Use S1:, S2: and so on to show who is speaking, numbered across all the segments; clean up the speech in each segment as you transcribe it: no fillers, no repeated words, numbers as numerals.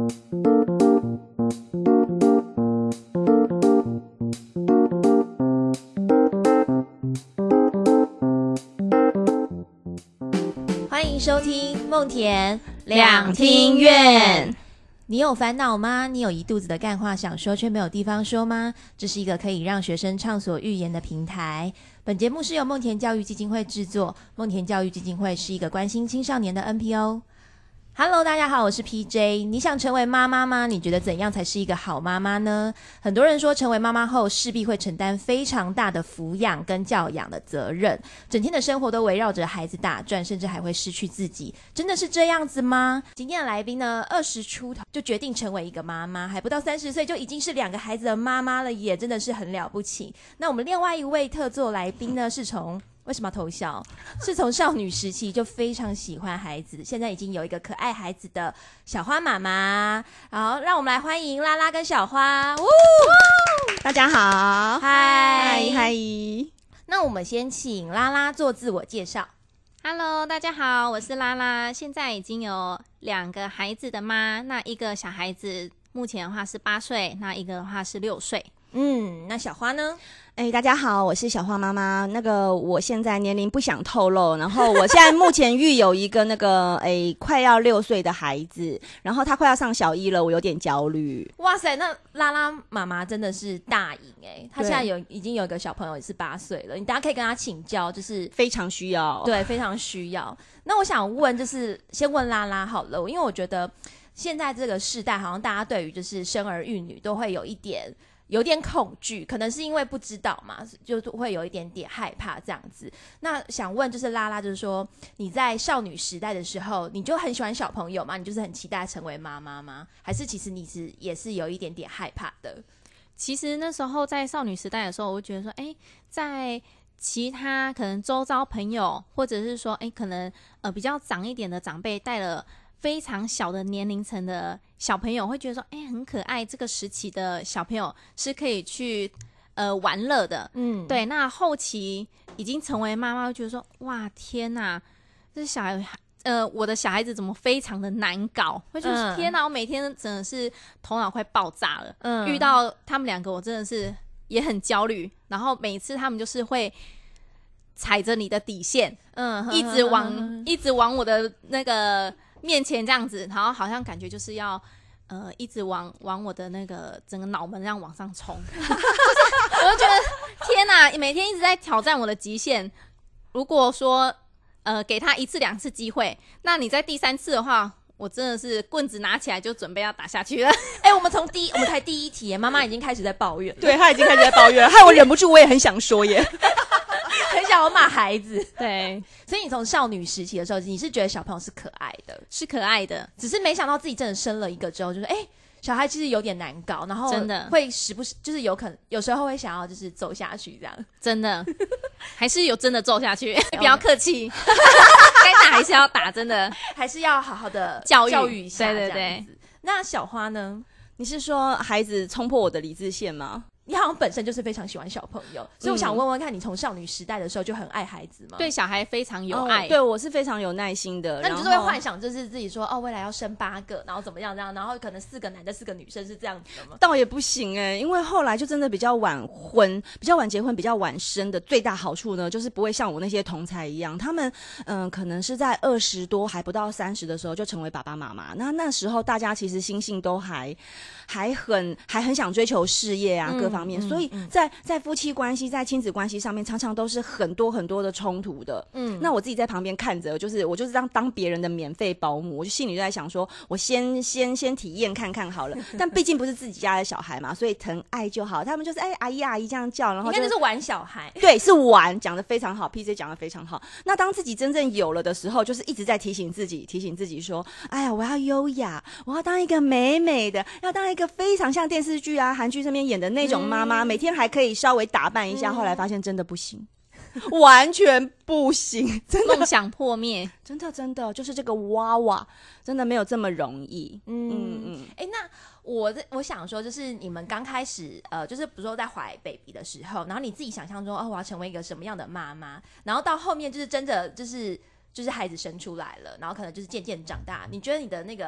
S1: 欢迎收听梦田
S2: 两厅院。
S1: 你有烦恼吗？你有一肚子的干话想说却没有地方说吗？这是一个可以让学生畅所欲言的平台。本节目是由梦田教育基金会制作，梦田教育基金会是一个关心青少年的 NPO。Hello， 大家好，我是 PJ。你想成为妈妈吗？你觉得怎样才是一个好妈妈呢？很多人说，成为妈妈后势必会承担非常大的抚养跟教养的责任，整天的生活都围绕着孩子打转，甚至还会失去自己。真的是这样子吗？今天的来宾呢，20出头就决定成为一个妈妈，还不到30岁就已经是2个孩子的妈妈了，也真的是很了不起。那我们另外一位特座来宾呢，是从为什么要偷笑？是从少女时期就非常喜欢孩子，现在已经有一个可爱孩子的小花妈妈。好，让我们来欢迎拉拉跟小花。
S2: 大家好，
S1: 嗨
S2: 嗨。
S1: 那我们先请拉拉做自我介绍。
S2: Hello， 大家好，我是拉拉，现在已经有2个孩子的妈，那一个小孩子目前的话是8岁，那一个的话是6岁。
S1: 那小花呢？
S3: 大家好，我是小花妈妈。我现在年龄不想透露，然后我现在目前育有一个快要6岁的孩子，然后他快要上小1了，我有点焦虑。
S1: 哇塞，那拉拉妈妈真的是大赢她现在已经有一个小朋友也是8岁了，你大家可以跟他请教，就是
S3: 非常需要，
S1: 对，非常需要。那我想问，就是先问拉拉好了，因为我觉得现在这个世代好像大家对于就是生儿育女都会有点恐惧，可能是因为不知道嘛，就会有一点点害怕这样子。那想问就是拉拉，就是说你在少女时代的时候，你就很喜欢小朋友吗？你就是很期待成为妈妈吗？还是其实你也是有一点点害怕的？
S2: 其实那时候在少女时代的时候，我就觉得说，在其他可能周遭朋友，或者是说，可能比较长一点的长辈带了非常小的年龄层的小朋友，会觉得说很可爱，这个时期的小朋友是可以去玩乐的。对。那后期已经成为妈妈，会觉得说哇天哪，这小孩我的小孩子怎么非常的难搞，会觉得天哪，我每天真的是头脑快爆炸了。遇到他们2个我真的是也很焦虑，然后每次他们就是会踩着你的底线，一直往我的那个面前这样子，然后好像感觉就是要一直往我的那个整个脑门这样往上冲。我就觉得天哪，每天一直在挑战我的极限。如果说给他1次2次机会，那你在第3次的话，我真的是棍子拿起来就准备要打下去了。
S1: 我们才第1题耶，妈妈已经开始在抱怨了。
S3: 对，她已经开始在抱怨了，害我忍不住，我也很想说耶。
S1: 很想要骂孩子。
S2: 对，
S1: 所以你从少女时期的时候，你是觉得小朋友是可爱的，
S2: 是可爱的，
S1: 只是没想到自己真的生了一个之后，就是小孩其实有点难搞，然后
S2: 真的
S1: 会时不时就是有时候会想要就是走下去这样，
S2: 真的还是有真的走下去，不要客气，该打还是要打，真的
S1: 还是要好好的
S2: 教
S1: 育一下，
S2: 对对对。
S1: 那小花呢？
S3: 你是说孩子冲破我的理智线吗？
S1: 你好像本身就是非常喜欢小朋友，所以我想问问看，你从少女时代的时候就很爱孩子吗？
S2: 对小孩非常有爱。
S3: 对，我是非常有耐心的。
S1: 那你就是会幻想，就是自己说未来要生8个，然后怎么样这样，然后可能4个男的4个女生，是这样子的吗？
S3: 倒也不行因为后来就真的比较晚结婚，比较晚生的最大好处呢，就是不会像我那些同才一样，他们可能是在20多还不到30的时候就成为爸爸妈妈。那时候大家其实心性都还很想追求事业啊，各方面，所以在夫妻关系、在亲子关系上面，常常都是很多很多的冲突的。那我自己在旁边看着，我就是当别人的免费保姆，我就心里就在想说，我先体验看看好了。但毕竟不是自己家的小孩嘛，所以疼爱就好。他们就是阿姨阿姨这样叫，然后
S1: 应该就是玩小孩。
S3: 对，是玩，讲得非常好 ，PC 讲得非常好。那当自己真正有了的时候，就是一直在提醒自己说，哎呀，我要优雅，我要当一个美美的，要当一个非常像电视剧啊、韩剧上面演的那种妈妈，每天还可以稍微打扮一下。后来发现真的不行，完全不行，真的
S2: 梦想破灭，
S3: 真的就是这个娃娃真的没有这么容易。
S1: 那我想说，就是你们刚开始就是比如说在怀 baby 的时候，然后你自己想象中我要成为一个什么样的妈妈，然后到后面就是真的就是孩子生出来了，然后可能就是渐渐长大，你觉得你的那个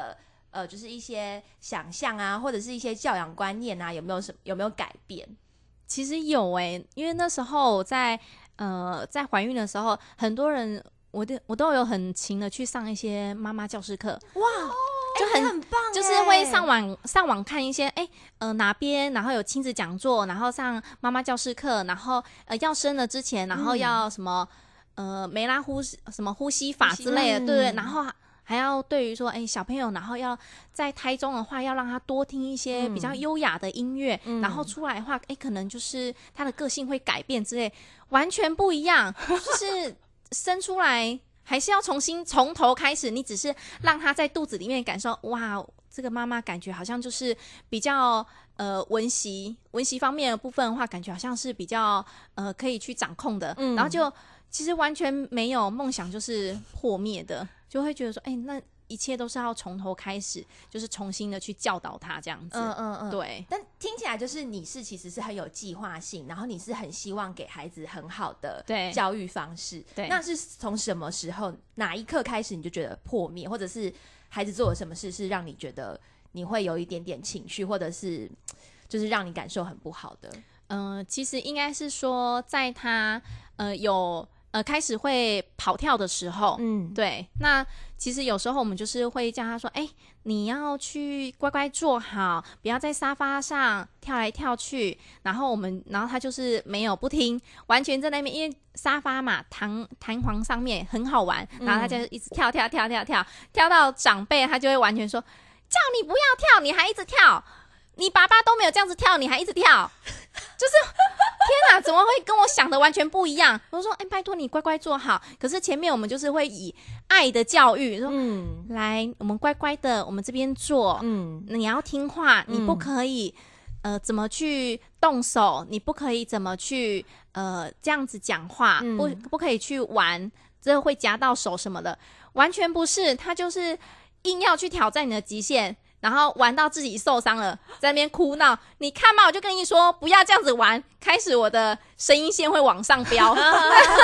S1: 就是一些想象啊，或者是一些教养观念啊，有没有改变？
S2: 其实有因为那时候在怀孕的时候，很多人我都有很勤的去上一些妈妈教室课，
S1: 哇，
S2: 就
S1: 很棒，
S2: 就是会上网看一些哪边，然后有亲子讲座，然后上妈妈教室课，然后要生了之前，然后要什么梅拉什么呼吸法之类的，对对，然后还要对于说小朋友，然后要在胎中的话，要让他多听一些比较优雅的音乐，然后出来的话可能就是他的个性会改变之类，完全不一样，就是生出来还是要从头开始，你只是让他在肚子里面感受，哇，这个妈妈感觉好像就是比较文习方面的部分的话，感觉好像是比较可以去掌控的，然后就其实完全没有梦想就是破灭的，就会觉得说那一切都是要从头开始，就是重新的去教导他这样子。对。
S1: 但听起来就是你其实是很有计划性，然后你是很希望给孩子很好的教育方式。
S2: 对。
S1: 那是从什么时候哪一刻开始你就觉得破灭，或者是孩子做了什么事是让你觉得你会有一点点情绪，或者是就是让你感受很不好的？
S2: 其实应该是说在他有开始会跑跳的时候，对，那其实有时候我们就是会叫他说，你要去乖乖坐好，不要在沙发上跳来跳去，然后他就是没有不听，完全在那边，因为沙发嘛，弹簧上面很好玩，然后他就一直跳到长辈，他就会完全说，叫你不要跳，你还一直跳，你爸爸都没有这样子跳，你还一直跳，就是天哪，怎么会跟我想的完全不一样？我说拜托你乖乖坐好。可是前面我们就是会以爱的教育说，来，我们乖乖的，我们这边坐，你要听话，你不可以怎么去动手，你不可以怎么去这样子讲话，不可以去玩，这会夹到手什么的，完全不是，他就是硬要去挑战你的极限。然后玩到自己受伤了，在那边哭闹，你看嘛，我就跟你说不要这样子玩，开始我的声音线会往上飙，所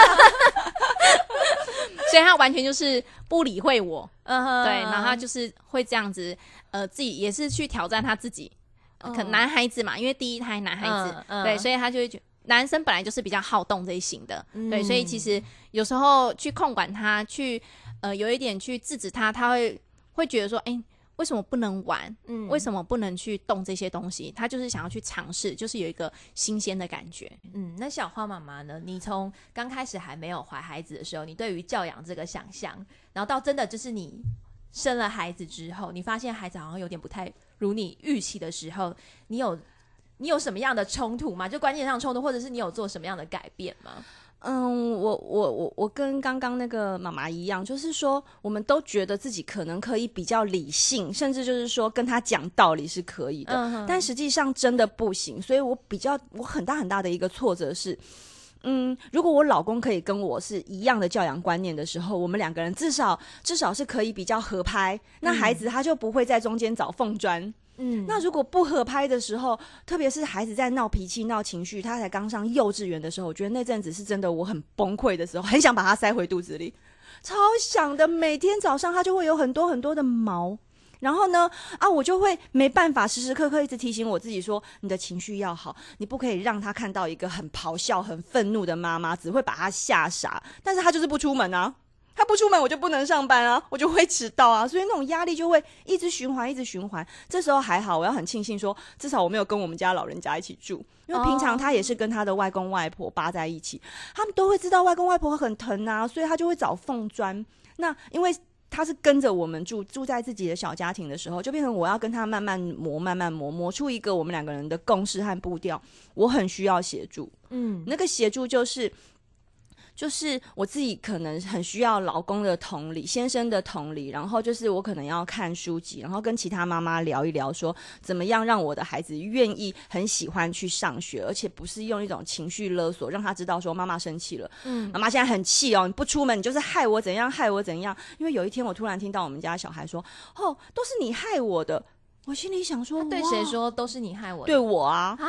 S2: 以他完全就是不理会我，对，然后他就是会这样子，自己也是去挑战他自己，可能男孩子嘛，因为第一胎男孩子，对，所以他就会觉得男生本来就是比较好动这一型的，对，所以其实有时候去控管他，去有一点去制止他，他会觉得说，为什么不能玩？为什么不能去动这些东西？他就是想要去尝试，就是有一个新鲜的感觉。
S1: 那小花妈妈呢？你从刚开始还没有怀孩子的时候，你对于教养这个想象，然后到真的就是你生了孩子之后，你发现孩子好像有点不太如你预期的时候，你有什么样的冲突吗？就观念上冲突，或者是你有做什么样的改变吗？
S3: 我跟刚刚那个妈妈一样，就是说我们都觉得自己可能可以比较理性，甚至就是说跟他讲道理是可以的，但实际上真的不行。所以我很大很大的一个挫折是，如果我老公可以跟我是一样的教养观念的时候，我们两个人至少是可以比较合拍，那孩子他就不会在中间找缝钻。那如果不合拍的时候，特别是孩子在闹脾气、闹情绪，他才刚上幼稚园的时候，我觉得那阵子是真的我很崩溃的时候，很想把他塞回肚子里，超想的。每天早上他就会有很多很多的毛，然后呢我就会没办法时时刻刻一直提醒我自己说，你的情绪要好，你不可以让他看到一个很咆哮很愤怒的妈妈，只会把他吓傻。但是他就是不出门啊，他不出门我就不能上班啊，我就会迟到啊，所以那种压力就会一直循环。这时候还好，我要很庆幸说至少我没有跟我们家老人家一起住，因为平常他也是跟他的外公外婆扒在一起，他们都会知道外公外婆很疼啊，所以他就会找缝钻。那因为他是跟着我们住在自己的小家庭的时候，就变成我要跟他慢慢磨出一个我们两个人的共识和步调，我很需要协助。那个协助就是我自己可能很需要老公的同理，先生的同理，然后就是我可能要看书籍，然后跟其他妈妈聊一聊，说怎么样让我的孩子愿意很喜欢去上学，而且不是用一种情绪勒索，让他知道说妈妈生气了，妈妈现在很气哦，你不出门你就是害我怎样。因为有一天我突然听到我们家小孩说，都是你害我的，我心里想说，
S1: 他对谁说都是你害我的？
S3: 对我啊。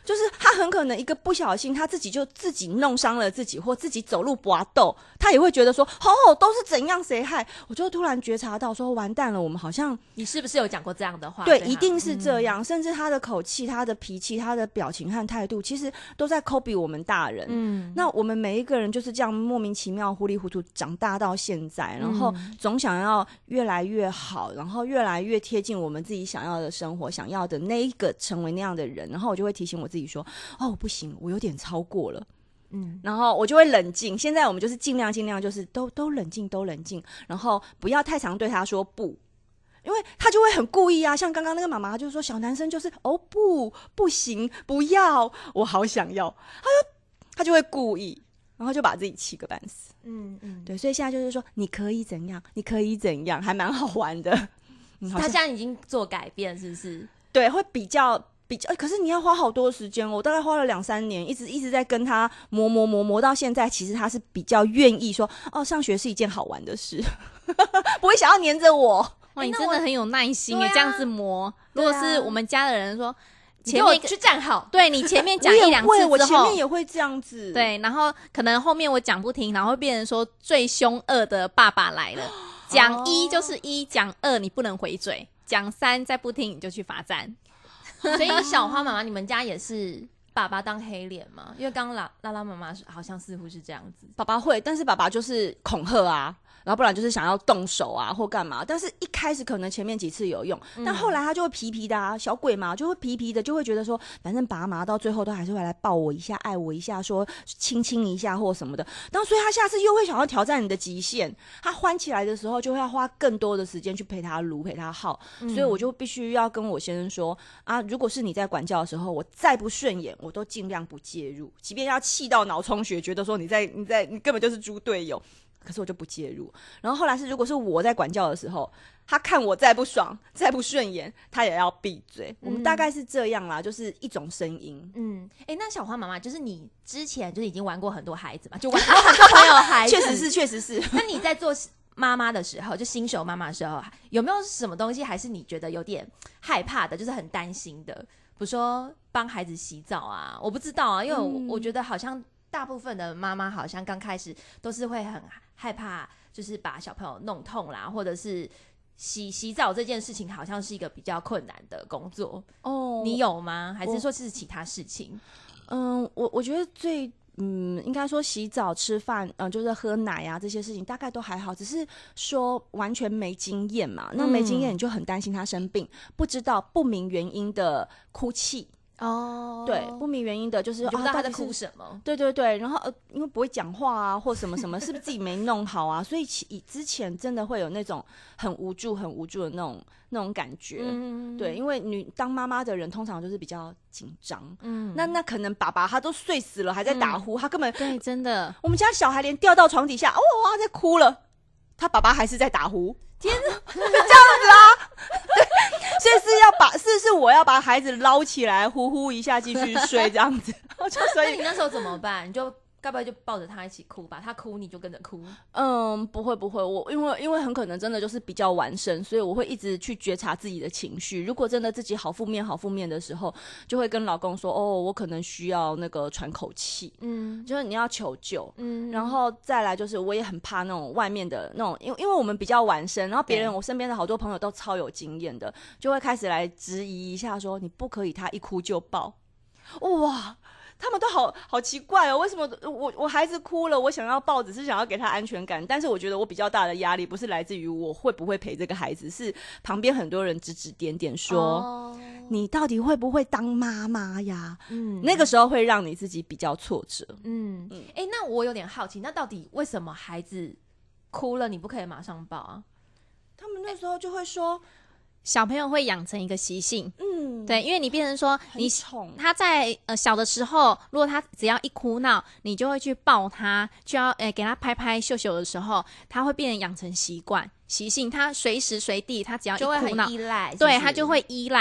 S3: 就是他很可能一个不小心，他自己弄伤了自己，或自己走路拔豆，他也会觉得说，都是怎样谁害？我就突然觉察到说，完蛋了，我们好像
S1: 你是不是有讲过这样的话？
S3: 对，一定是这样。甚至他的口气、他的脾气、他的表情和态度，其实都在copy我们大人。那我们每一个人就是这样莫名其妙、糊里糊涂长大到现在，然后总想要越来越好，然后越来越贴近我们自己想要的生活、想要的那一个成为那样的人。然后我就会提醒我自己说，不行，我有点超过了。然后我就会冷静。现在我们就是尽量就是都冷静，然后不要太常对他说不，因为他就会很故意啊。像刚刚那个妈妈就说，小男生就是不行，不要，我好想要，他就会故意，然后就把自己气个半死。对，所以现在就是说，你可以怎样，你可以怎样，还蛮好玩的。
S1: 他现在已经做改变，是不是？
S3: 对，会比较，可是你要花好多时间哦，我大概花了2-3年，一直在跟他磨到现在，其实他是比较愿意说，上学是一件好玩的事，不会想要黏着我。
S2: 哇，你真的很有耐心耶，这样子磨。如
S1: 果
S2: 是我们家的人说，
S1: 前面去站好，
S2: 对，你前面讲1-2次之后，
S3: 我前面也会这样子，
S2: 对，然后可能后面我讲不听，然后会变成说最凶恶的爸爸来了，讲1就是1，讲2你不能回嘴，讲3再不听你就去罚站。
S1: 所以小花妈妈，你们家也是爸爸当黑脸吗？因为刚刚拉拉妈妈好像似乎是这样子，
S3: 爸爸会，但是爸爸就是恐吓啊，然后不然就是想要动手啊或干嘛，但是一开始可能前面几次有用，但后来他就会皮皮的啊，小鬼嘛就会皮皮的，就会觉得说反正爸妈到最后都还是会来抱我一下，爱我一下，说亲亲一下或什么的，然后所以他下次又会想要挑战你的极限，他欢起来的时候就会要花更多的时间去陪他撸陪他耗，所以我就必须要跟我先生说啊，如果是你在管教的时候，我再不顺眼我都尽量不介入，即便要气到脑充血，觉得说你根本就是猪队友，可是我就不介入。然后后来是如果是我在管教的时候，他看我再不爽再不顺眼，他也要闭嘴。我们大概是这样啦，就是一种声音。
S1: 那小花妈妈，就是你之前就是已经玩过很多孩子嘛，就玩过很多朋友的孩子
S3: 确实是。
S1: 那你在做妈妈的时候，就新手妈妈的时候，有没有什么东西还是你觉得有点害怕的，就是很担心的？比如说帮孩子洗澡啊，我不知道啊，因为我觉得好像大部分的妈妈好像刚开始都是会很害怕，就是把小朋友弄痛啦，或者是洗澡这件事情好像是一个比较困难的工作。你有吗？还是说是其他事情？
S3: 我觉得应该说洗澡、吃饭，就是喝奶啊这些事情大概都还好，只是说完全没经验嘛。那没经验你就很担心他生病，不知道不明原因的哭泣。对，不明原因的就是
S1: 你就不知道他在哭什么。
S3: 对，然后因为不会讲话啊或什么什么，是不是自己没弄好啊？所以之前真的会有那种很无助的那种感觉。对，因为当妈妈的人通常就是比较紧张。那可能爸爸他都睡死了还在打呼，他根本
S2: 对，真的，
S3: 我们家小孩连掉到床底下哇在哭了，他爸爸还是在打呼。天哪，是这样子啊？对，所以是我要把孩子捞起来，呼呼一下继续睡这样子。
S1: 所以你那时候怎么办？你就该不会就抱着他一起哭吧？他哭你就跟着哭？
S3: 不会，我因为很可能真的就是比较晚生，所以我会一直去觉察自己的情绪。如果真的自己好负面的时候，就会跟老公说我可能需要那个喘口气，就是你要求救，然后再来就是我也很怕那种外面的那种，因为我们比较晚生，然后别人我身边的好多朋友都超有经验的，就会开始来质疑一下说你不可以他一哭就抱，哇。他们都好奇怪哦，为什么我孩子哭了，我想要抱，只是想要给他安全感，但是我觉得我比较大的压力不是来自于我会不会陪这个孩子，是旁边很多人指指点点说，你到底会不会当妈妈呀？那个时候会让你自己比较挫折。
S1: 那我有点好奇，那到底为什么孩子哭了你不可以马上抱啊？
S3: 他们那时候就会说，
S2: 小朋友会养成一个习性，对，因为你变成说他在小的时候，如果他只要一哭闹，你就会去抱他，就要给他拍拍秀秀的时候，他会变成养成习惯习性，他随时随地他只要一哭闹，
S1: 就会很依赖，
S2: 对，他就会依赖。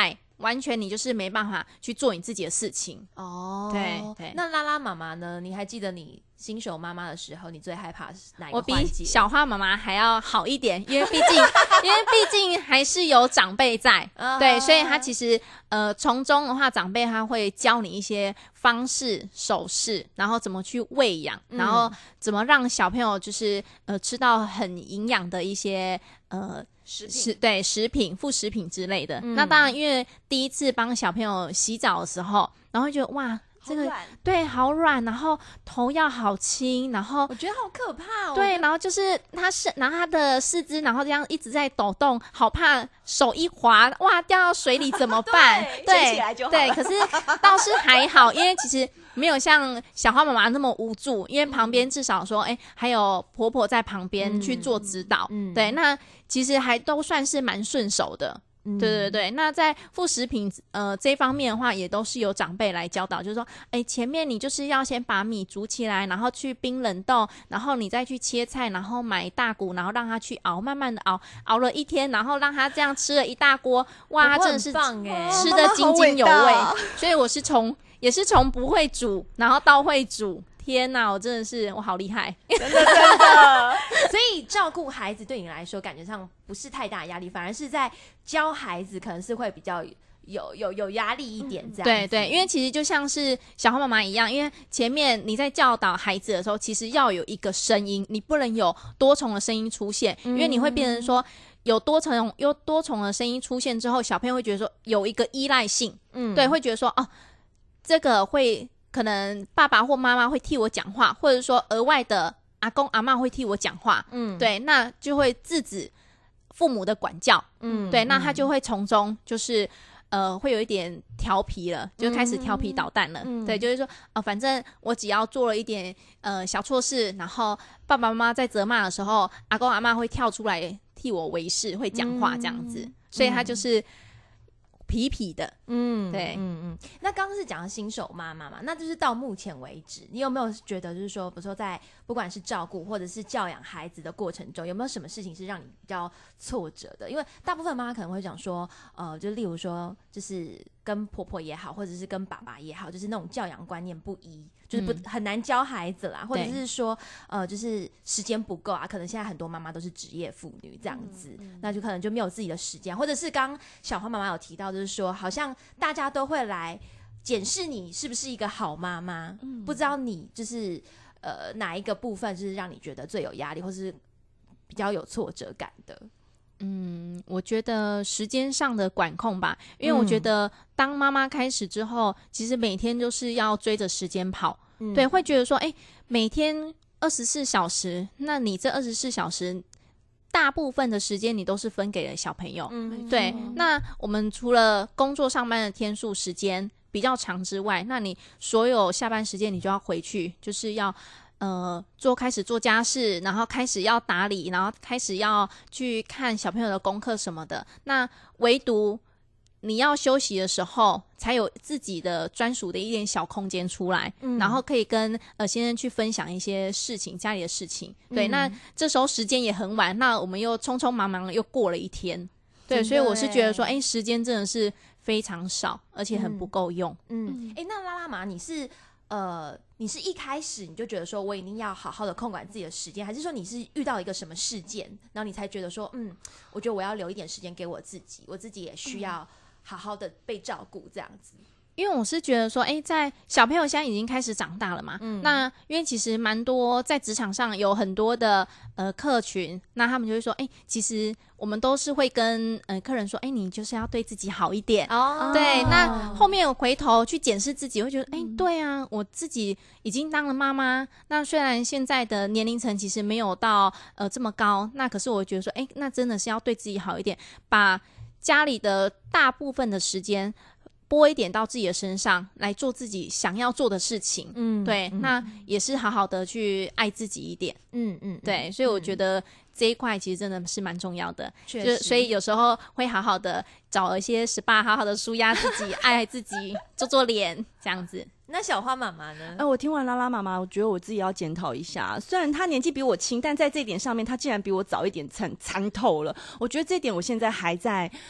S2: 完全你就是没办法去做你自己的事情。
S1: 哦，
S2: 对。
S1: 那拉拉妈妈呢？你还记得你新手妈妈的时候，你最害怕是哪一个
S2: 我比
S1: 环节？
S2: 小花妈妈还要好一点，因为毕竟还是有长辈在，对，所以他其实从中的话，长辈他会教你一些方式、手势，然后怎么去喂养，然后怎么让小朋友就是吃到很营养的一些食品、副食品之类的。那当然，因为第一次帮小朋友洗澡的时候，然后会觉得哇。这个对好软，然后头要好轻，然后
S1: 我觉得好可怕哦。
S2: 对，然后就是拿他的四肢，然后这样一直在抖动，好怕手一滑，哇，掉到水里怎么办？
S3: 捡起来就好了。
S2: 对，可是倒是还好，因为其实没有像小花妈妈那么无助，因为旁边至少说，还有婆婆在旁边去做指导，对，那其实还都算是蛮顺手的。对，那在副食品这一方面的话，也都是有长辈来教导，就是说前面你就是要先把米煮起来，然后去冰冷冻，然后你再去切菜，然后买大骨，然后让他去熬，慢慢的熬了一天，然后让他这样吃了一大锅，哇，他真的是吃得津津有味。所以我也是从不会煮然后到会煮，天哪，我真的是我好厉害，
S3: 真的。
S1: 所以照顾孩子对你来说感觉上不是太大压力，反而是在教孩子可能是会比较有压力一点这样。
S2: 对，因为其实就像是小花妈妈一样，因为前面你在教导孩子的时候，其实要有一个声音，你不能有多重的声音出现，因为你会变成说有多重的声音出现之后，小朋友会觉得说有一个依赖性，对，会觉得说这个会可能爸爸或妈妈会替我讲话，或者说额外的阿公阿嬷会替我讲话，对，那就会制止父母的管教，对，那他就会从中就是会有一点调皮了，就开始调皮捣蛋了，对，就是说反正我只要做了一点小错事，然后爸爸妈妈在责骂的时候，阿公阿嬷会跳出来替我为是，会讲话这样子，所以他就是痞痞的，对，
S1: 那刚刚是讲的新手妈妈嘛，那就是到目前为止，你有没有觉得就是说，比如说在不管是照顾或者是教养孩子的过程中，有没有什么事情是让你比较挫折的？因为大部分妈妈可能会讲说，就例如说，就是跟婆婆也好，或者是跟爸爸也好，就是那种教养观念不一。就是很难教孩子啦，或者是说就是时间不够啊，可能现在很多妈妈都是职业妇女这样子，那就可能就没有自己的时间，或者是刚小花妈妈有提到，就是说好像大家都会来检视你是不是一个好妈妈，不知道你就是哪一个部分就是让你觉得最有压力，或是比较有挫折感的。
S2: 我觉得时间上的管控吧，因为我觉得当妈妈开始之后，其实每天就是要追着时间跑，对，会觉得说，每天24小时，那你这24小时大部分的时间你都是分给了小朋友，对，那我们除了工作上班的天数时间比较长之外，那你所有下班时间你就要回去，就是要开始做家事，然后开始要打理，然后开始要去看小朋友的功课什么的。那唯独你要休息的时候，才有自己的专属的一点小空间出来，然后可以跟先生去分享一些事情，家里的事情。对，那这时候时间也很晚，那我们又匆匆忙忙又过了一天。对，所以我是觉得说，时间真的是非常少，而且很不够用。
S1: 那拉拉玛，你是一开始你就觉得说我一定要好好的控管自己的时间，还是说你是遇到一个什么事件，然后你才觉得说我觉得我要留一点时间给我自己也需要好好的被照顾这样子？
S2: 因为我是觉得说在小朋友现在已经开始长大了嘛，那因为其实蛮多在职场上有很多的客群，那他们就会说其实我们都是会跟客人说你就是要对自己好一点对，那后面我回头去检视自己，会觉得对啊，我自己已经当了妈妈，那虽然现在的年龄层其实没有到这么高，那可是我觉得说那真的是要对自己好一点，把家里的大部分的时间拨一点到自己的身上来做自己想要做的事情，对，那也是好好的去爱自己一点，对，所以我觉得这一块其实真的是蛮重要的，就所以有时候会好好的找一些SPA，好好的舒压自己，爱自己，做脸这样子。
S1: 那小花妈妈呢？
S3: 我听完拉拉妈妈，我觉得我自己要检讨一下。虽然她年纪比我轻，但在这一点上面，她竟然比我早一点参透了。我觉得这一点我现在还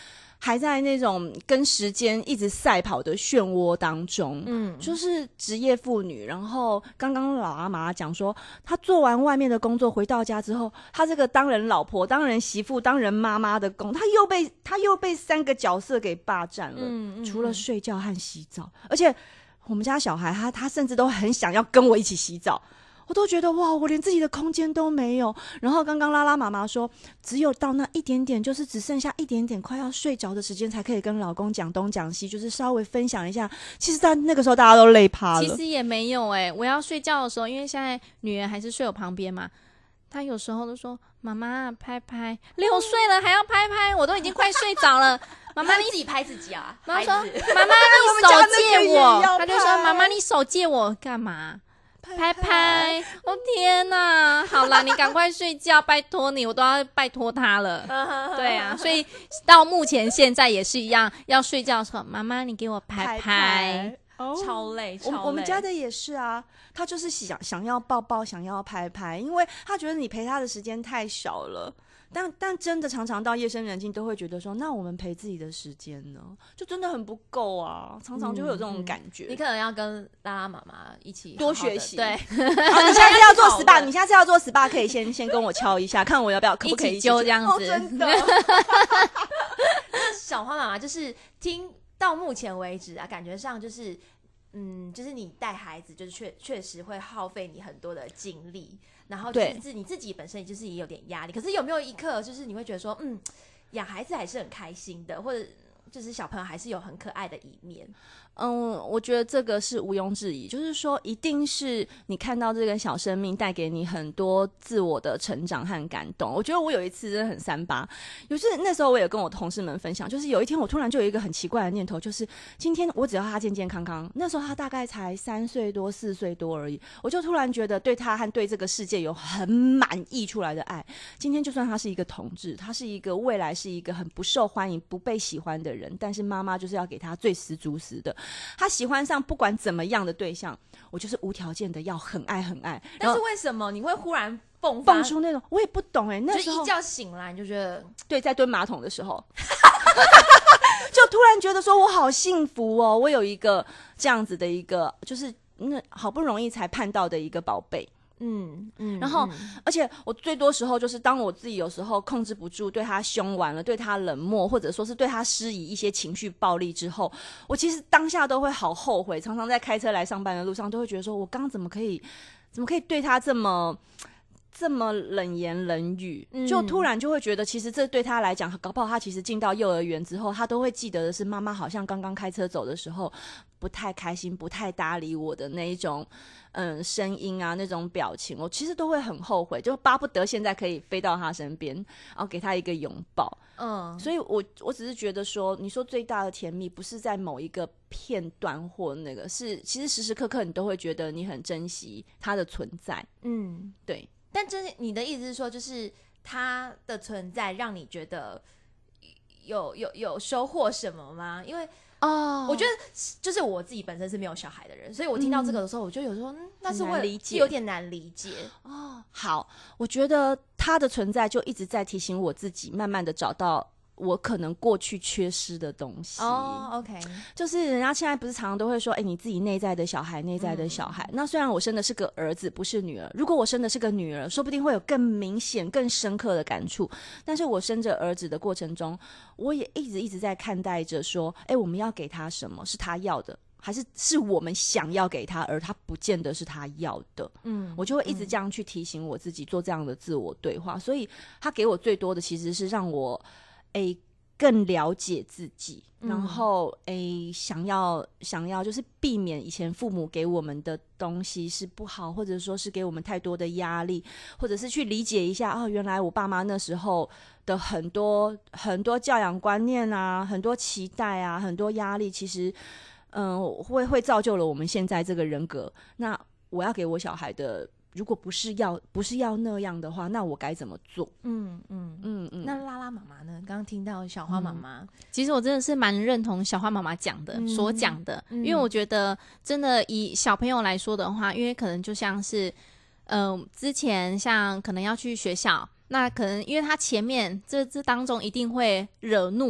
S3: 还在那种跟时间一直赛跑的漩涡当中，就是职业妇女。然后刚刚老阿妈讲说，她做完外面的工作回到家之后，她这个当人老婆、当人媳妇、当人妈妈的她又被3个角色给霸占了，除了睡觉和洗澡，而且我们家小孩他甚至都很想要跟我一起洗澡。我都觉得哇，我连自己的空间都没有。然后刚刚拉拉妈妈说，只有到那一点点，就是只剩下一点点快要睡着的时间，才可以跟老公讲东讲西，就是稍微分享一下。其实在那个时候大家都累趴了。
S2: 其实也没有我要睡觉的时候，因为现在女儿还是睡我旁边嘛，她有时候都说妈妈拍拍，6岁了还要拍拍，我都已经快睡着了。妈妈，你
S1: 自己拍自己啊！
S2: 妈妈说：“妈妈，你手借我。”她就说：“妈妈，你手借我干嘛？”拍拍，哦天哪！好啦，你赶快睡觉，拜托你，我都要拜托他了。对啊，所以到目前现在也是一样，要睡觉的时候，妈妈你给我拍拍，
S1: 超累，
S3: 我们家的也是啊，他就是想要抱抱，想要拍拍，因为他觉得你陪他的时间太少了。但真的常常到夜深人静都会觉得说，那我们陪自己的时间呢，就真的很不够啊，常常就会有这种感觉。
S1: 你可能要跟拉拉妈妈一起
S3: 多学习。
S1: 对，
S3: 你下次要做 SPA， 你下次要做 SPA 可以先跟我敲一下，看我可不可以
S2: 一起揪这样子。
S3: 真的。
S1: 那小花妈妈就是听到目前为止啊，感觉上就是就是你带孩子，就是确实会耗费你很多的精力，然后就是你自己本身就是也有点压力。可是有没有一刻，就是你会觉得说，养孩子还是很开心的，或者就是小朋友还是有很可爱的一面？
S3: 我觉得这个是毋庸置疑，就是说一定是你看到这个小生命带给你很多自我的成长和感动。我觉得我有一次真的很3八，那时候我也跟我同事们分享，就是有一天我突然就有一个很奇怪的念头，就是今天我只要他健健康康，那时候他大概才3岁多4岁多而已，我就突然觉得对他和对这个世界有很满溢出来的爱。今天就算他是一个同志，他是一个未来是一个很不受欢迎不被喜欢的人，但是妈妈就是要给他最十足十的，他喜欢上不管怎么样的对象，我就是无条件的要很爱很爱。
S1: 但是为什么你会忽然迸
S3: 出那种，我也不懂那时候
S1: 就一觉醒来你就觉得，
S3: 对，在蹲马桶的时候就突然觉得说我好幸福哦，我有一个这样子的一个，就是好不容易才盼到的一个宝贝。然后而且我最多时候就是当我自己有时候控制不住对他凶完了，对他冷漠，或者说是对他施以一些情绪暴力之后，我其实当下都会好后悔，常常在开车来上班的路上都会觉得说，我刚刚怎么可以对他这么冷言冷语，就突然就会觉得其实这对他来讲，搞不好他其实进到幼儿园之后，他都会记得的是妈妈好像刚刚开车走的时候不太开心不太搭理我的那一种声音啊，那种表情，我其实都会很后悔，就巴不得现在可以飞到他身边，然后给他一个拥抱。所以我只是觉得说，你说最大的甜蜜不是在某一个片段或那个，是其实时时刻刻你都会觉得你很珍惜他的存在。对。
S1: 但你的意思是说，就是他的存在让你觉得有收获什么吗？因为我觉得就是我自己本身是没有小孩的人，所以我听到这个的时候，我就有时候那是有点难理解。
S3: 好，我觉得他的存在就一直在提醒我自己，慢慢的找到我可能过去缺失的东西。
S1: OK，
S3: 就是人家现在不是常常都会说，你自己内在的小孩，那虽然我生的是个儿子不是女儿，如果我生的是个女儿，说不定会有更明显更深刻的感触，但是我生着儿子的过程中，我也一直在看待着说，我们要给他什么是他要的，还是我们想要给他，而他不见得是他要的。我就会一直这样去提醒我自己，做这样的自我对话。所以他给我最多的其实是让我更了解自己，然后想要就是避免以前父母给我们的东西是不好，或者说是给我们太多的压力，或者是去理解一下原来我爸妈那时候的很多教养观念啊，很多期待啊，很多压力，其实会造就了我们现在这个人格。那我要给我小孩的，如果不是要那样的话，那我该怎么做？
S1: 那拉拉妈妈呢？刚刚听到小花妈妈，
S2: 其实我真的是蛮认同小花妈妈讲的，所讲的，因为我觉得真的以小朋友来说的话，因为可能就像是之前像可能要去学校，那可能因为他前面这当中一定会惹怒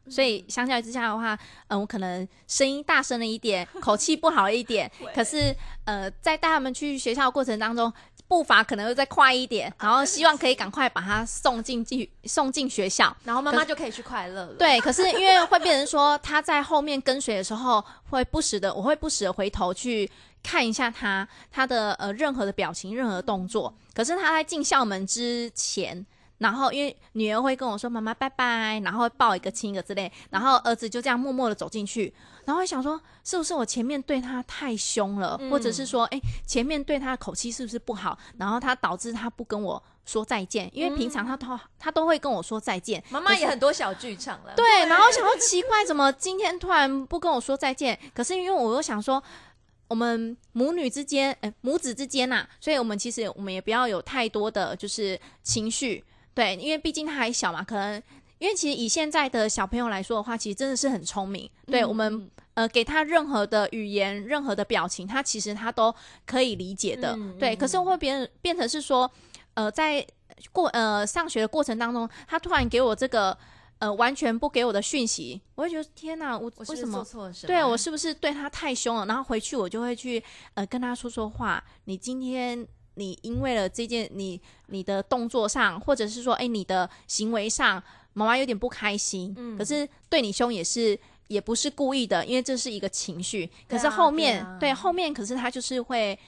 S2: 所以相较之下的话，我可能声音大声了一点，口气不好了一点，可是在带他们去学校的过程当中，步伐可能会再快一点，然后希望可以赶快把他送进学校，
S1: 然后妈妈就可以去快乐了。
S2: 对，可是因为会变成说他在后面跟随的时候，我会不时的回头去看一下他的任何的表情、任何的动作。可是他在进校门之前，然后因为女儿会跟我说妈妈拜拜，然后会抱一个亲一个之类，然后儿子就这样默默的走进去，然后会想说是不是我前面对他太凶了，或者是说前面对他的口气是不是不好，然后他导致他不跟我说再见，因为平常他都会跟我说再见，
S1: 妈妈也很多小剧场了。
S2: 对，然后想说奇怪，怎么今天突然不跟我说再见？可是因为我又想说，我们母子之间呐，所以我们也不要有太多的就是情绪，对，因为毕竟他还小嘛，可能因为其实以现在的小朋友来说的话，其实真的是很聪明，对我们给他任何的语言、任何的表情，他其实他都可以理解的，对。可是会变成是说，在上学的过程当中，他突然给我这个完全不给我的讯息，我会觉得天哪，我为什么
S1: 做错了什么？
S2: 对，我是不是对他太凶了？然后回去我就会去跟他说话，你今天你因为了这件你的动作上，或者是说你的行为上，妈妈有点不开心，可是对你凶也不是故意的，因为这是一个情绪。可是后面后面可是他就是会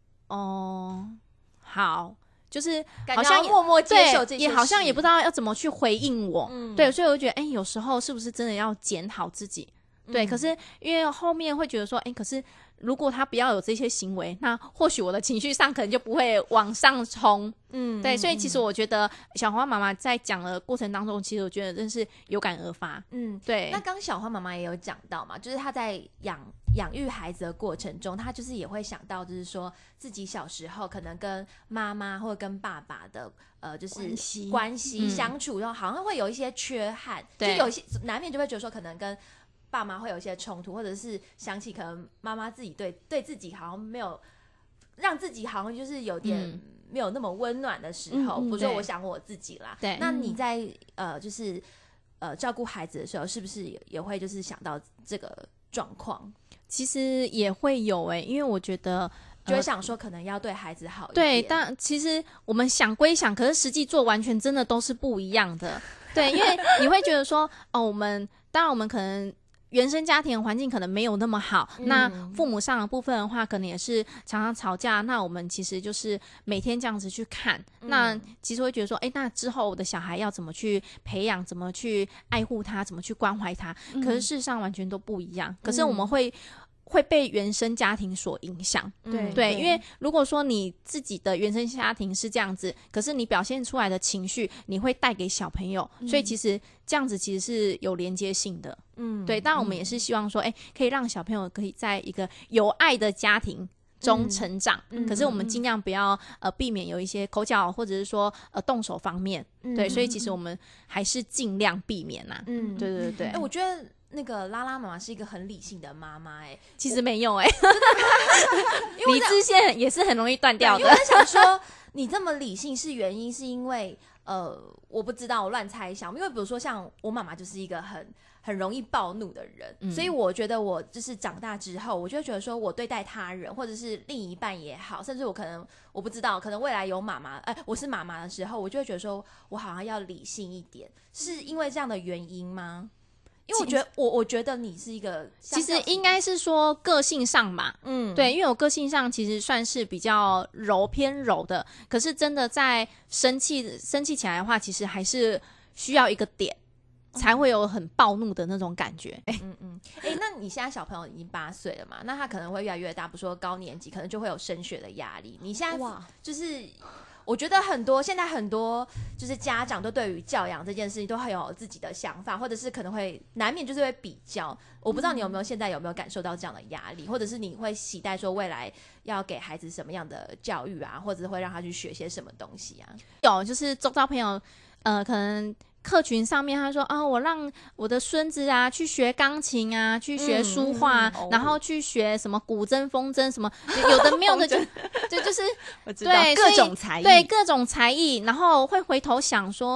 S2: 好，就是好像
S1: 默默接受这些事，
S2: 也好像也不知道要怎么去回应我，对，所以我就觉得有时候是不是真的要检讨自己，对，可是因为后面会觉得说可是如果他不要有这些行为，那或许我的情绪上可能就不会往上冲，对，所以其实我觉得小花妈妈在讲的过程当中，其实我觉得真是有感而发，对。
S1: 那刚小花妈妈也有讲到嘛，就是她在养育孩子的过程中，她就是也会想到，就是说自己小时候可能跟妈妈或者跟爸爸的就是关系相处，然后好像会有一些缺憾，就有一些难免就会觉得说，可能跟爸妈会有一些冲突，或者是想起可能妈妈自己对自己好像没有让自己好像就是有点没有那么温暖的时候，比如说我想我自己啦，
S2: 对，
S1: 那你在就是照顾孩子的时候，是不是也会就是想到这个状况？
S2: 其实也会有因为我觉得
S1: 就会想说可能要对孩子好一点，
S2: 对，但其实我们想归想，可是实际做完全真的都是不一样的，对，因为你会觉得说我们可能原生家庭环境可能没有那么好，那父母上的部分的话可能也是常常吵架，那我们其实就是每天这样子去看，那其实会觉得说那之后我的小孩要怎么去培养，怎么去爱护他，怎么去关怀他，可是事实上完全都不一样，可是我们会被原生家庭所影响，对，因为如果说你自己的原生家庭是这样子，可是你表现出来的情绪你会带给小朋友，所以其实这样子其实是有连接性的，对，当然我们也是希望说可以让小朋友可以在一个有爱的家庭中成长，可是我们尽量不要避免有一些口角或者是说动手方面，对，所以其实我们还是尽量避免啦，对对对，
S1: 我觉得那个拉拉妈妈是一个很理性的妈妈，
S2: 其实没有理智线也是很容易断掉的。
S1: 因为我想说，你这么理性是原因是因为我不知道，我乱猜想，因为比如说像我妈妈就是一个很容易暴怒的人，所以我觉得我就是长大之后，我就会觉得说我对待他人或者是另一半也好，甚至我不知道，可能未来有妈妈，我是妈妈的时候，我就会觉得说我好像要理性一点，是因为这样的原因吗？因为我觉得你是一个，
S2: 其实应该是说个性上吧，对，因为我个性上其实算是比较偏柔的，可是真的在生气起来的话，其实还是需要一个点才会有很暴怒的那种感觉。
S1: 那你现在小朋友已经8岁了嘛？那他可能会越来越大，比如说高年级，可能就会有升学的压力。你现在就是我觉得现在很多就是家长都对于教养这件事情都很有自己的想法，或者是可能会难免就是会比较。我不知道你现在有没有感受到这样的压力，或者是你会期待说未来要给孩子什么样的教育啊，或者是会让他去学些什么东西啊？
S2: 有，就是周遭朋友可能客群上面他说我让我的孙子啊去学钢琴啊，去学书画，然后去学什么古筝风筝什么有的没有的就是
S3: 我知道
S2: 对
S3: 各种才艺，
S2: 对各种才艺，然后会回头想说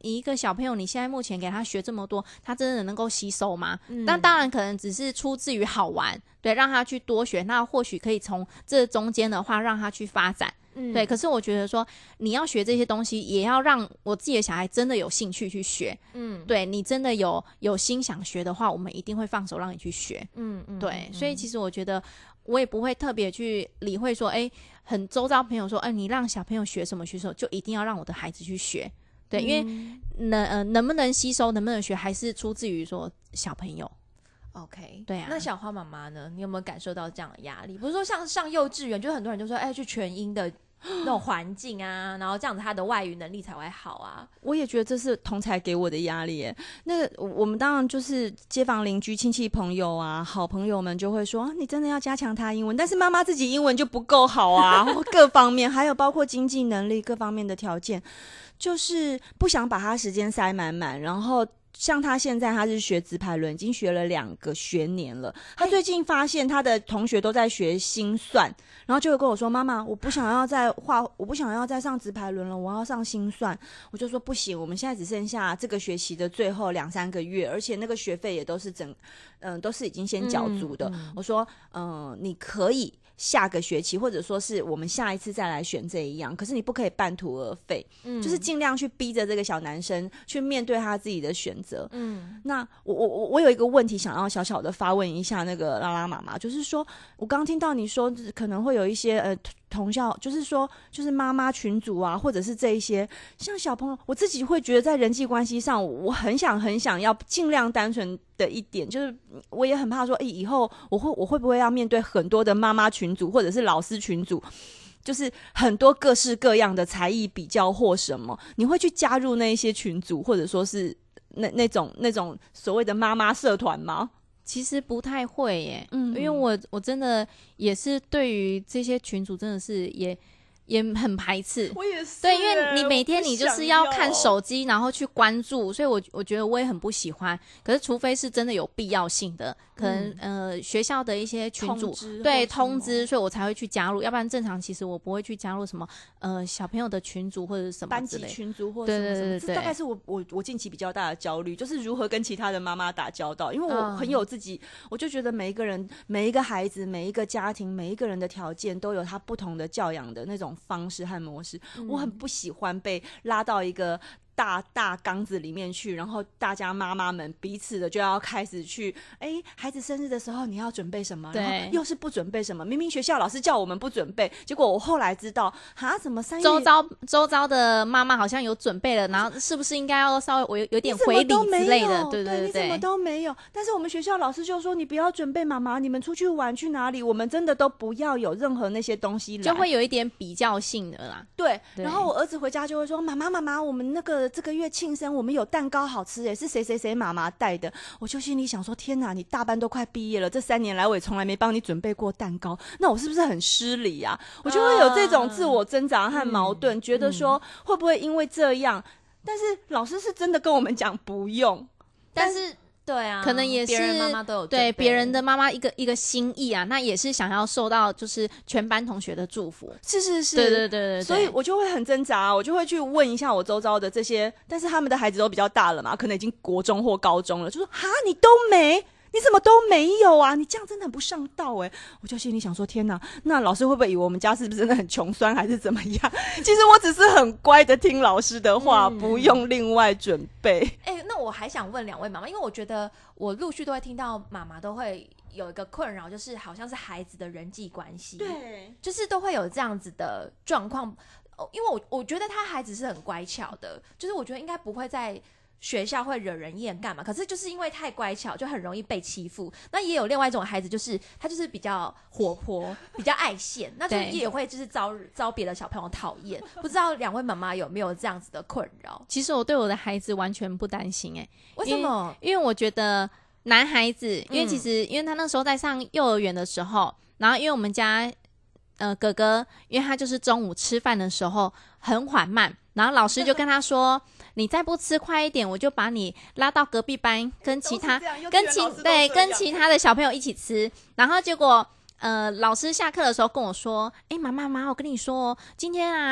S2: 一个小朋友，你现在目前给他学这么多，他真的能够吸收吗？那当然可能只是出自于好玩，对，让他去多学，那或许可以从这中间的话让他去发展。对，可是我觉得说你要学这些东西，也要让我自己的小孩真的有兴趣去学。对，你真的有心想学的话，我们一定会放手让你去学。对，所以其实我觉得我也不会特别去理会说，很周遭朋友说，你让小朋友学什么学什么，就一定要让我的孩子去学。对，因为能不能吸收，能不能学，还是出自于说小朋友。
S1: OK，
S2: 对啊。
S1: 那小花妈妈呢？你有没有感受到这样的压力？不是说像上幼稚园，就很多人就说，去全英的那种环境啊，然后这样子他的外语能力才会好啊。
S3: 我也觉得这是同侪给我的压力耶。那个我们当然就是街坊邻居、亲戚朋友啊，好朋友们就会说，你真的要加强他英文，但是妈妈自己英文就不够好啊，各方面还有包括经济能力各方面的条件，就是不想把他时间塞满满，然后。像他现在他是学直排轮，已经学了2个学年了。他最近发现他的同学都在学心算，然后就会跟我说：“妈妈，我不想要再上直排轮了，我要上心算。”我就说：“不行，我们现在只剩下这个学期的最后2-3个月，而且那个学费也都是都是已经先缴足的。我说：“你可以。”下个学期，或者说是我们下一次再来选这一样，可是你不可以半途而废，就是尽量去逼着这个小男生去面对他自己的选择。那我有一个问题想要小小的发问一下那个拉拉妈妈，就是说我刚听到你说可能会有一些同校，就是说就是妈妈群组啊，或者是这一些像小朋友，我自己会觉得在人际关系上，我很想要尽量单纯的一点，就是我也很怕说，以后我会不会要面对很多的妈妈群组或者是老师群组，就是很多各式各样的才艺比较或什么，你会去加入那一些群组，或者说是那种所谓的妈妈社团吗？
S2: 其实不太会耶，因为我真的也是对于这些群组真的是也很排斥。
S3: 我也是，
S2: 对，因为你每天你就是要看手机，然后去关注，所以我觉得我也很不喜欢。可是除非是真的有必要性的，可能学校的一些群组通知，所以我才会去加入。要不然正常其实我不会去加入什么小朋友的群组或者是什么之类
S3: 班级群组或者什么什么。
S2: 对，
S3: 这大概是我近期比较大的焦虑，就是如何跟其他的妈妈打交道。因为我很有自己，我就觉得每一个人、每一个孩子、每一个家庭、每一个人的条件都有他不同的教养的那种方式和模式。我很不喜欢被拉到一个大缸子里面去，然后大家妈妈们彼此的就要开始去孩子生日的时候你要准备什么，然后又是不准备什么，明明学校老师叫我们不准备，结果我后来知道怎么3月
S2: 周遭的妈妈好像有准备了，然后是不是应该要稍微有点回礼之类的？对，
S3: 你怎么都没有。但是我们学校老师就说你不要准备，妈妈你们出去玩去哪里，我们真的都不要有任何那些东西来，
S2: 就会有一点比较性的啦。
S3: 对，然后我儿子回家就会说妈妈我们这个月庆生我们有蛋糕好吃耶，是谁谁谁妈妈带的。我就心里想说天哪，你大班都快毕业了，这3年来我也从来没帮你准备过蛋糕，那我是不是很失礼啊？我就会有这种自我挣扎和矛盾，觉得说会不会因为这样，但是老师是真的跟我们讲不用，
S1: 但是对啊，
S2: 可能也是
S1: 别人妈妈都有
S2: 对别人的妈妈一个心意啊，那也是想要受到就是全班同学的祝福。
S3: 是，
S2: 对，
S3: 所以我就会很挣扎，我就会去问一下我周遭的这些，但是他们的孩子都比较大了嘛，可能已经国中或高中了，就说你都没。你怎么都没有啊？你这样真的很不上道我就心里想说天哪，那老师会不会以为我们家是不是真的很穷酸还是怎么样？其实我只是很乖的听老师的话，不用另外准备。
S1: 那我还想问2位妈妈，因为我觉得我陆续都会听到妈妈都会有一个困扰，就是好像是孩子的人际关系，
S3: 对，
S1: 就是都会有这样子的状况。因为我觉得他孩子是很乖巧的，就是我觉得应该不会在学校会惹人厌干嘛，可是就是因为太乖巧就很容易被欺负。那也有另外一种孩子，就是他就是比较活泼比较爱现，那就也会就是遭别的小朋友讨厌。不知道2位妈妈有没有这样子的困扰？
S2: 其实我对我的孩子完全不担心
S1: 为什么？
S2: 因为我觉得男孩子，因为其实因为他那时候在上幼儿园的时候，然后因为我们家哥哥，因为他就是中午吃饭的时候很缓慢，然后老师就跟他说你再不吃快一点，我就把你拉到隔壁班跟其他的小朋友一起吃。然后结果老师下课的时候跟我说妈妈我跟你说今天啊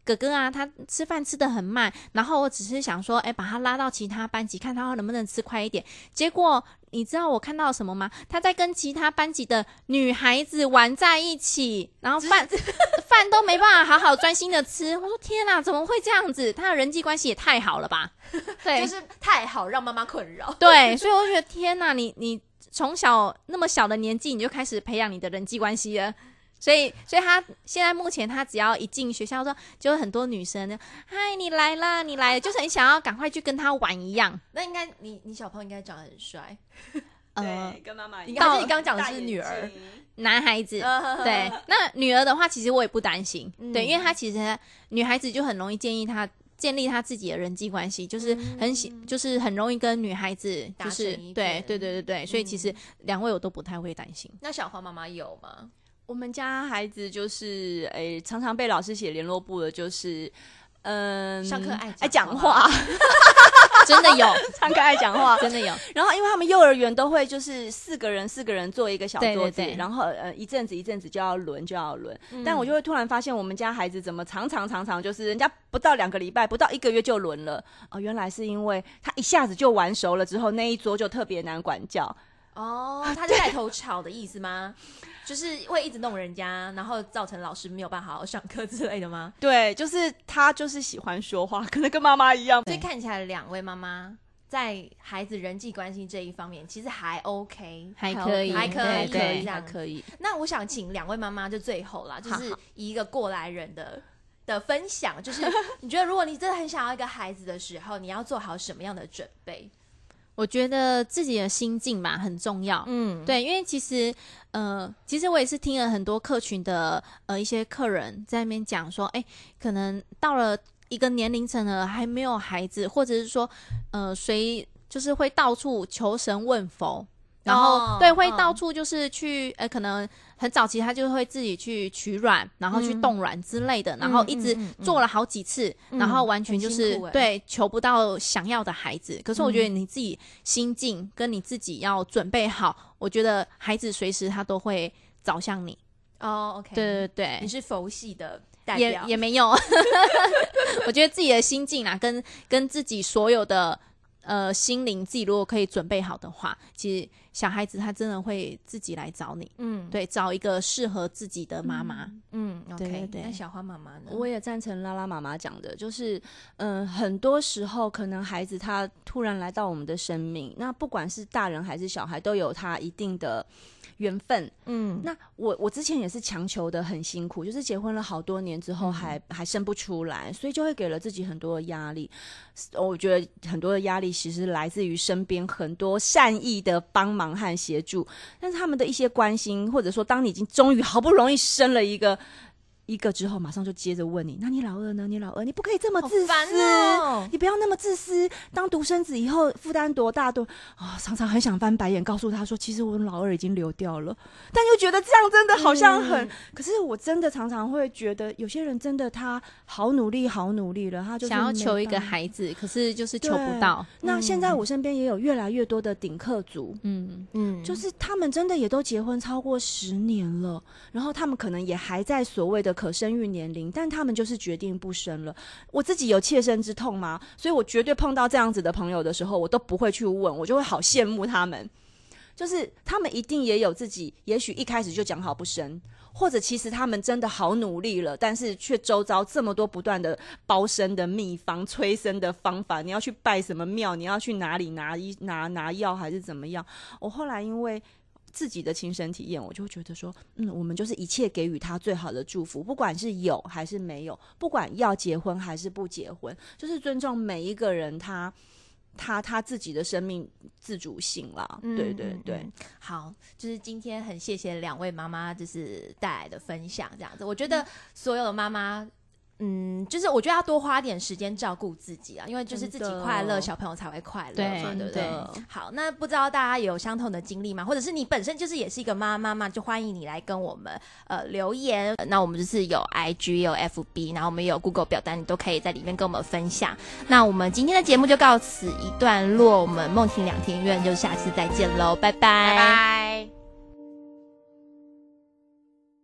S2: 哥哥啊，他吃饭吃得很慢，然后我只是想说，把他拉到其他班级，看他能不能吃快一点。结果你知道我看到什么吗？他在跟其他班级的女孩子玩在一起，然后饭都没办法好好专心的吃。我说天哪，怎么会这样子？他的人际关系也太好了吧？对，
S1: 就是太好让妈妈困扰。
S2: 对，所以我觉得天哪，你从小那么小的年纪你就开始培养你的人际关系了。所以他现在目前他只要一进学校说，就有很多女生嗨你来了你来了，就是很想要赶快去跟他玩一样。
S1: 那应该你小朋友应该长得很帅，
S3: 对，跟妈妈一
S1: 你
S3: 样。
S1: 刚讲的是女儿，
S2: 男孩子对，那女儿的话其实我也不担心，对，因为她其实女孩子就很容易建立她自己的人际关系，就是就是很容易跟女孩子就是对，所以其实两位我都不太会担心。
S1: 那小黄妈妈有吗？
S3: 我们家孩子就是常常被老师写联络簿的，就是
S1: 上课
S3: 爱讲话，
S2: 真的有
S3: 上课爱讲话，
S2: 真的有。
S3: 然后因为他们幼儿园都会就是四个人坐一个小桌子，
S2: 对，
S3: 然后一阵子就要轮，但我就会突然发现我们家孩子怎么常常就是人家不到2个礼拜不到1个月就轮了原来是因为他一下子就玩熟了之后那一桌就特别难管教。
S1: 他是带头吵的意思吗？就是会一直弄人家，然后造成老师没有办法好好上课之类的吗？
S3: 对，就是他就是喜欢说话，可能跟妈妈一样。
S1: 所以看起来两位妈妈在孩子人际关系这一方面其实还 OK，
S2: 还可以。
S1: 那我想请两位妈妈就最后啦，就是以一个过来人的分享，就是你觉得如果你真的很想要一个孩子的时候，你要做好什么样的准备？
S2: 我觉得自己的心境吧很重要，对，因为其实我也是听了很多客群的一些客人在那边讲说，可能到了一个年龄层了还没有孩子，或者是说谁就是会到处求神问佛，然后对会到处就是去可能很早期他就会自己去取卵，然后去冻卵之类的，然后一直做了好几次，然后完全就是对求不到想要的孩子。可是我觉得你自己心境跟你自己要准备好，我觉得孩子随时他都会找向你。
S1: OK，
S2: 对，
S1: 你是佛系的代表
S2: 也没有我觉得自己的心境啊跟自己所有的心灵，自己如果可以准备好的话，其实小孩子他真的会自己来找你，对，找一个适合自己的妈妈。
S1: OK， 对。那小花妈妈呢？
S3: 我也赞成拉拉妈妈讲的，就是很多时候可能孩子他突然来到我们的生命，那不管是大人还是小孩，都有他一定的缘分。那我之前也是强求的很辛苦，就是结婚了好多年之后还生不出来，所以就会给了自己很多的压力。我觉得很多的压力其实来自于身边很多善意的帮忙和协助，但是他们的一些关心，或者说当你已经终于好不容易生了一个之后，马上就接着问你，那你老二呢？你老二，你不可以这么自私，你不要那么自私。当独生子以后负担多大常常很想翻白眼，告诉他说，其实我老二已经流掉了，但又觉得这样真的好像很可是我真的常常会觉得，有些人真的他好努力了，他就是
S2: 想要求一个孩子，可是就是求不到。
S3: 那现在我身边也有越来越多的顶客族，就是他们真的也都结婚超过10年了，然后他们可能也还在所谓的可生育年龄，但他们就是决定不生了。我自己有切身之痛吗？所以我绝对碰到这样子的朋友的时候，我都不会去问，我就会好羡慕他们，就是他们一定也有自己，也许一开始就讲好不生，或者其实他们真的好努力了，但是却周遭这么多不断的包生的秘方、催生的方法，你要去拜什么庙，你要去哪里拿药还是怎么样。我后来因为自己的亲身体验，我就觉得说我们就是一切给予他最好的祝福，不管是有还是没有，不管要结婚还是不结婚，就是尊重每一个人他自己的生命自主性啦。对，
S1: 好，就是今天很谢谢两位妈妈就是带来的分享，这样子，我觉得所有的妈妈就是我觉得要多花点时间照顾自己啊，因为就是自己快乐，小朋友才会快乐嘛，对不对？好，那不知道大家有相同的经历吗？或者是你本身就是也是一个妈妈嘛，就欢迎你来跟我们留言。那我们就是有 IG 也有 FB， 然后我们也有 Google 表单，你都可以在里面跟我们分享。那我们今天的节目就告此一段落，我们梦婷两天院就下次再见喽，拜拜。